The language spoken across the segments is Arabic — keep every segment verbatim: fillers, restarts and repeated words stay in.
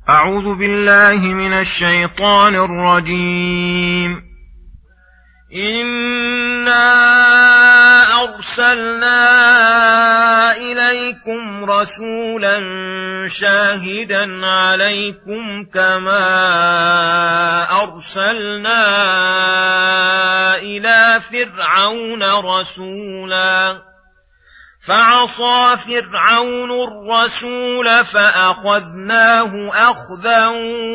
أعوذ بالله من الشيطان الرجيم. إنا أرسلنا إليكم رسولا شاهدا عليكم كما أرسلنا إلى فرعون رسولا فعصى فرعون الرسول فأخذناه أخذا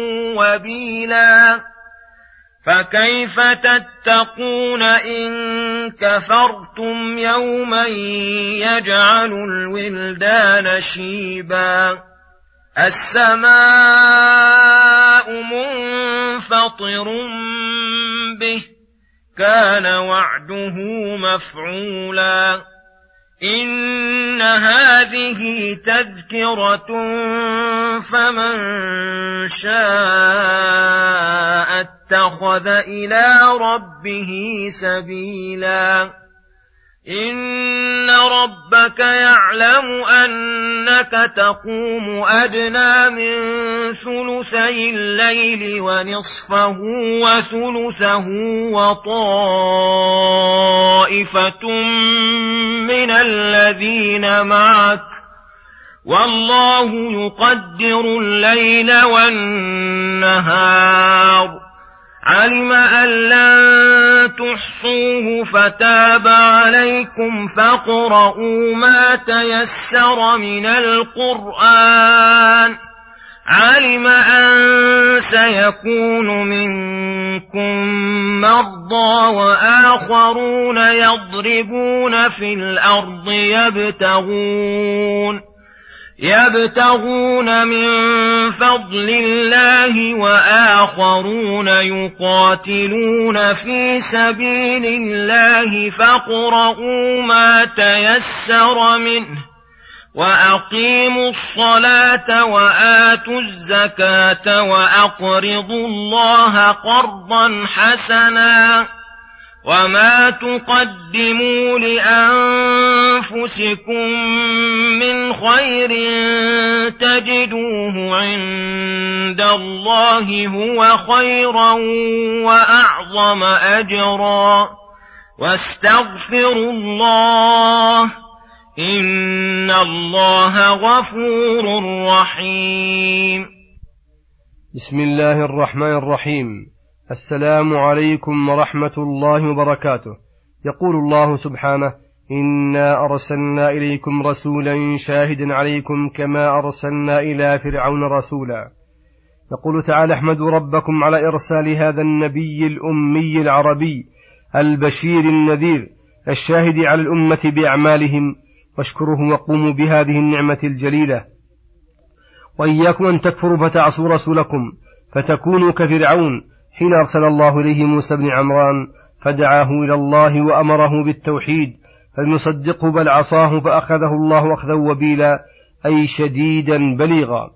وبيلا فكيف تتقون إن كفرتم يوما يجعل الولدان شيبا السماء منفطر به كان وعده مفعولا إن هذه تذكرة فمن شاء اتخذ إلى ربه سبيلا إن ربك يعلم أنك تقوم أدنى من ثلثي الليل ونصفه وثلثه وطائفة من الذين معك والله يقدر الليل والنهار علم أن لن تحصوه فتاب عليكم فاقرؤوا ما تيسر من القرآن علم أن سيكون منكم مرضى وآخرون يضربون في الأرض يبتغون يبتغون من فضل الله وآخرون يقاتلون في سبيل الله فاقرؤوا ما تيسر منه وأقيموا الصلاة وآتوا الزكاة وأقرضوا الله قرضا حسنا وما تقدموا لأنفسكم من خير تجدوه عند الله هو خيرا وأعظم أجرا واستغفروا الله إن الله غفور رحيم. بسم الله الرحمن الرحيم. السلام عليكم ورحمة الله وبركاته. يقول الله سبحانه: إنا أرسلنا إليكم رسولا شاهدا عليكم كما أرسلنا إلى فرعون رسولا. يقول تعالى: احمدوا ربكم على إرسال هذا النبي الأمي العربي البشير النذير الشاهد على الأمة بأعمالهم واشكروه وقوموا بهذه النعمة الجليلة. وإياكم أن تكفروا فتعصوا رسولكم فتكونوا كفرعون حين أرسل الله إليه موسى بن عمران فدعاه إلى الله وأمره بالتوحيد فلم يصدقه بل عصاه فأخذه الله أخذا وبيلا أي شديدا بليغا.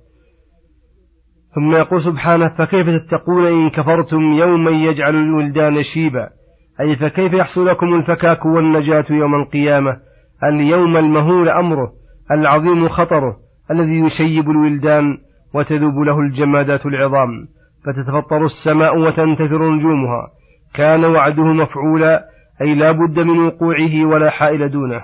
ثم يقول سبحانه: فكيف تتقون إن كفرتم يوما يجعل الولدان شيبا، أي فكيف يحصل لكم الفكاك والنجاة يوم القيامة، اليوم المهول أمره العظيم خطره الذي يشيب الولدان وتذوب له الجمادات العظام فتتفطر السماء وتنتثر نجومها. كان وعده مفعولا أي لا بد من وقوعه ولا حائل دونه.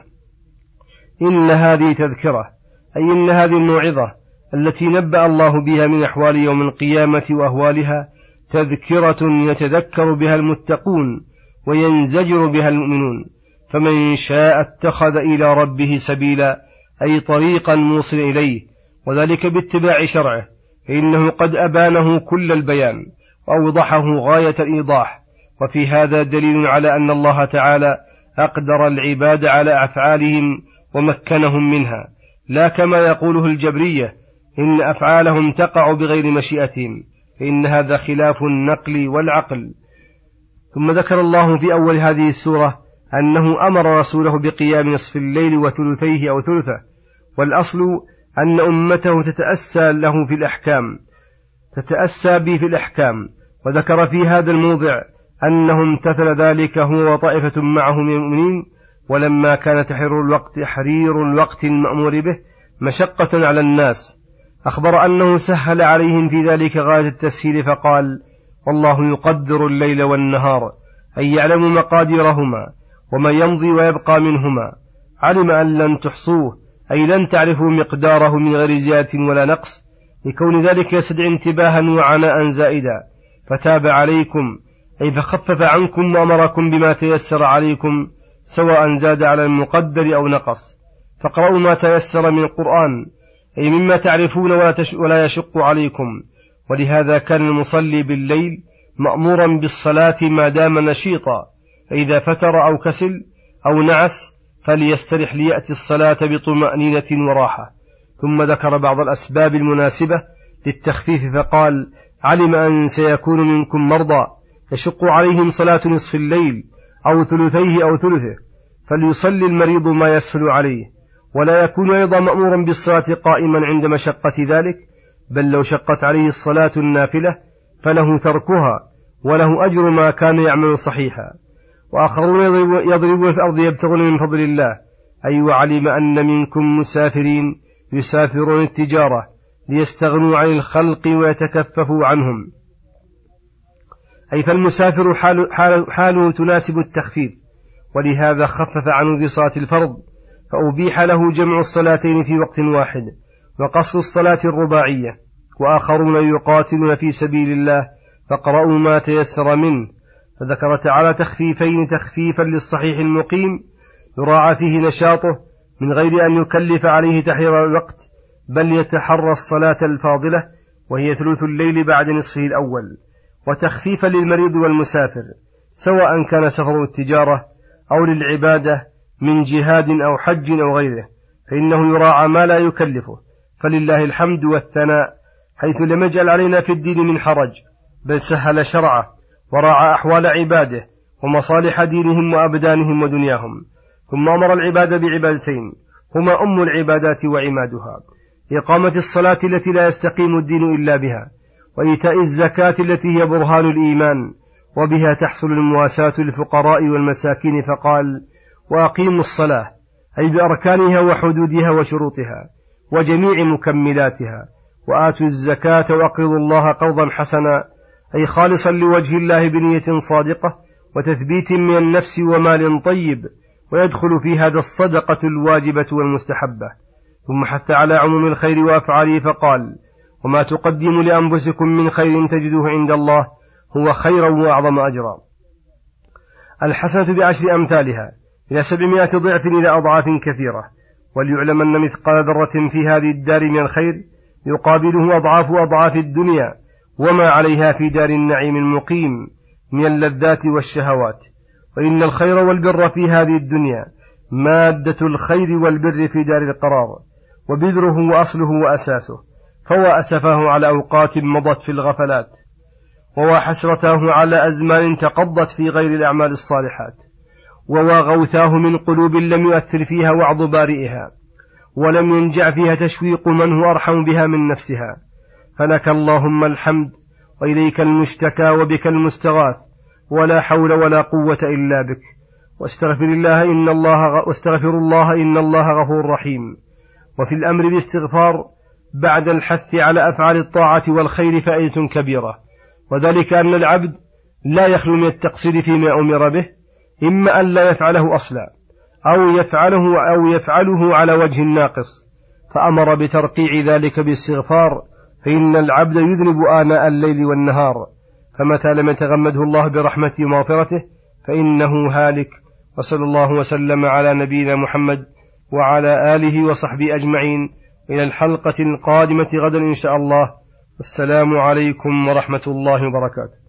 إن هذه تذكرة أي إن هذه الموعظة التي نبأ الله بها من أحوال يوم القيامة وأهوالها تذكرة يتذكر بها المتقون وينزجر بها المؤمنون. فمن شاء اتخذ إلى ربه سبيلا أي طريقا موصل إليه، وذلك باتباع شرعه، فإنه قد أبانه كل البيان وأوضحه غاية الإيضاح. وفي هذا دليل على أن الله تعالى أقدر العباد على أفعالهم ومكنهم منها، لا كما يقوله الجبرية إن أفعالهم تقع بغير مشيئتهم، فإن هذا خلاف النقل والعقل. ثم ذكر الله في أول هذه السورة أنه أمر رسوله بقيام نصف الليل وثلثيه أو ثلثه، والأصل أن أمته تتأسى له في الأحكام تتأسى به في الأحكام. وذكر في هذا الموضع أنه امتثل ذلك هو وطائفة معه من المؤمنين، ولما كان تحرير الوقت, تحرير الوقت المأمور به مشقة على الناس أخبر أنه سهل عليهم في ذلك غاية التسهيل فقال: والله يقدر الليل والنهار، أي يعلم مقاديرهما وما يمضي ويبقى منهما، علم أن لن تحصوه، أي لن تعرفوا مقداره من غير زيادة ولا نقص، لكون ذلك يستدعي انتباها وعناء زائدا، فتاب عليكم، أي فخفف عنكم وأمركم بما تيسر عليكم، سواء زاد على المقدر أو نقص. فاقرأوا ما تيسر من القرآن، أي مما تعرفون ولا يشق عليكم. ولهذا كان المصلي بالليل مأمورا بالصلاة ما دام نشيطا، فإذا فتر أو كسل أو نعس فليسترح ليأتي الصلاة بطمأنينة وراحة. ثم ذكر بعض الأسباب المناسبة للتخفيف فقال: علم أن سيكون منكم مرضى يشق عليهم صلاة نصف الليل أو ثلثيه أو ثلثه، فليصلي المريض ما يسهل عليه، ولا يكون أيضا مأمورا بالصلاة قائما عند مشقة ذلك، بل لو شقت عليه الصلاة النافلة فله تركها، وله أجر ما كان يعمل صحيحا. وآخرون يضربون في الأرض يبتغون من فضل الله، أي وعلم أن منكم مسافرين يسافرون التجارة ليستغنوا عن الخلق ويتكففوا عنهم، أي فالمسافر حاله, حاله تناسب التخفيف، ولهذا خفف عنه في صلاة الفرض، فأبيح له جمع الصلاتين في وقت واحد وقصر الصلاة الرباعية. وآخرون يقاتلون في سبيل الله فاقرأوا ما تيسر منه، فذكر تعالى تخفيفين: تخفيفا للصحيح المقيم يراعى فيه نشاطه من غير أن يكلف عليه تحرير الوقت، بل يتحرى الصلاة الفاضلة وهي ثلث الليل بعد نصفه الأول. وتخفيفا للمريض والمسافر، سواء كان سفر التجارة أو للعبادة من جهاد أو حج أو غيره، فإنه يراعى ما لا يكلفه. فلله الحمد والثناء، حيث لم يجعل علينا في الدين من حرج، بل سهل شرعه وراعى أحوال عباده ومصالح دينهم وأبدانهم ودنياهم. ثم أمر العباد بعبادتين هما أم العبادات وعمادها: إقامة الصلاة التي لا يستقيم الدين إلا بها، وإيتاء الزكاة التي هي برهان الإيمان، وبها تحصل المواساة للفقراء والمساكين. فقال: وأقيموا الصلاة، أي بأركانها وحدودها وشروطها وجميع مكملاتها، وآتوا الزكاة وأقرضوا الله قرضا حسنا، أي خالصا لوجه الله بنية صادقة وتثبيت من النفس ومال طيب، ويدخل في هذا الصدقة الواجبة والمستحبة. ثم حث على عموم الخير وأفعاله فقال: وما تقدموا لأنفسكم من خير تجدوه عند الله هو خيرا وأعظم أجرا. الحسنة بعشر أمثالها إلى سبعمائة ضعف إلى أضعاف كثيرة. وليعلم أن مثقال ذرة في هذه الدار من الخير يقابله أضعاف أضعاف الدنيا وما عليها في دار النعيم المقيم من اللذات والشهوات. وإن الخير والبر في هذه الدنيا مادة الخير والبر في دار القرار، وبذره وأصله وأساسه. فهو أسفاه على أوقات مضت في الغفلات، وحسرته على أزمان تقضت في غير الأعمال الصالحات، وغوثاه من قلوب لم يؤثر فيها وعظ بارئها، ولم ينجع فيها تشويق من هو أرحم بها من نفسها. فلك اللهم الحمد، وإليك المشتكى وبك المستغاث، ولا حول ولا قوة إلا بك. واستغفر الله إن الله واستغفر الله إن الله غفور رحيم. وفي الأمر بالاستغفار بعد الحث على أفعال الطاعة والخير فائدة كبيرة، وذلك أن العبد لا يخلو من التقصير فيما أمر به، إما أن لا يفعله أصلا أو يفعله, أو يفعله على وجه ناقص، فأمر بترقيع ذلك بالاستغفار، فإن العبد يذنب آناء الليل والنهار، فمتى لم يتغمده الله برحمته ومغفرته فإنه هالك. وصلى الله وسلم على نبينا محمد وعلى آله وصحبه أجمعين، إلى الحلقة القادمة غدا إن شاء الله. السلام عليكم ورحمة الله وبركاته.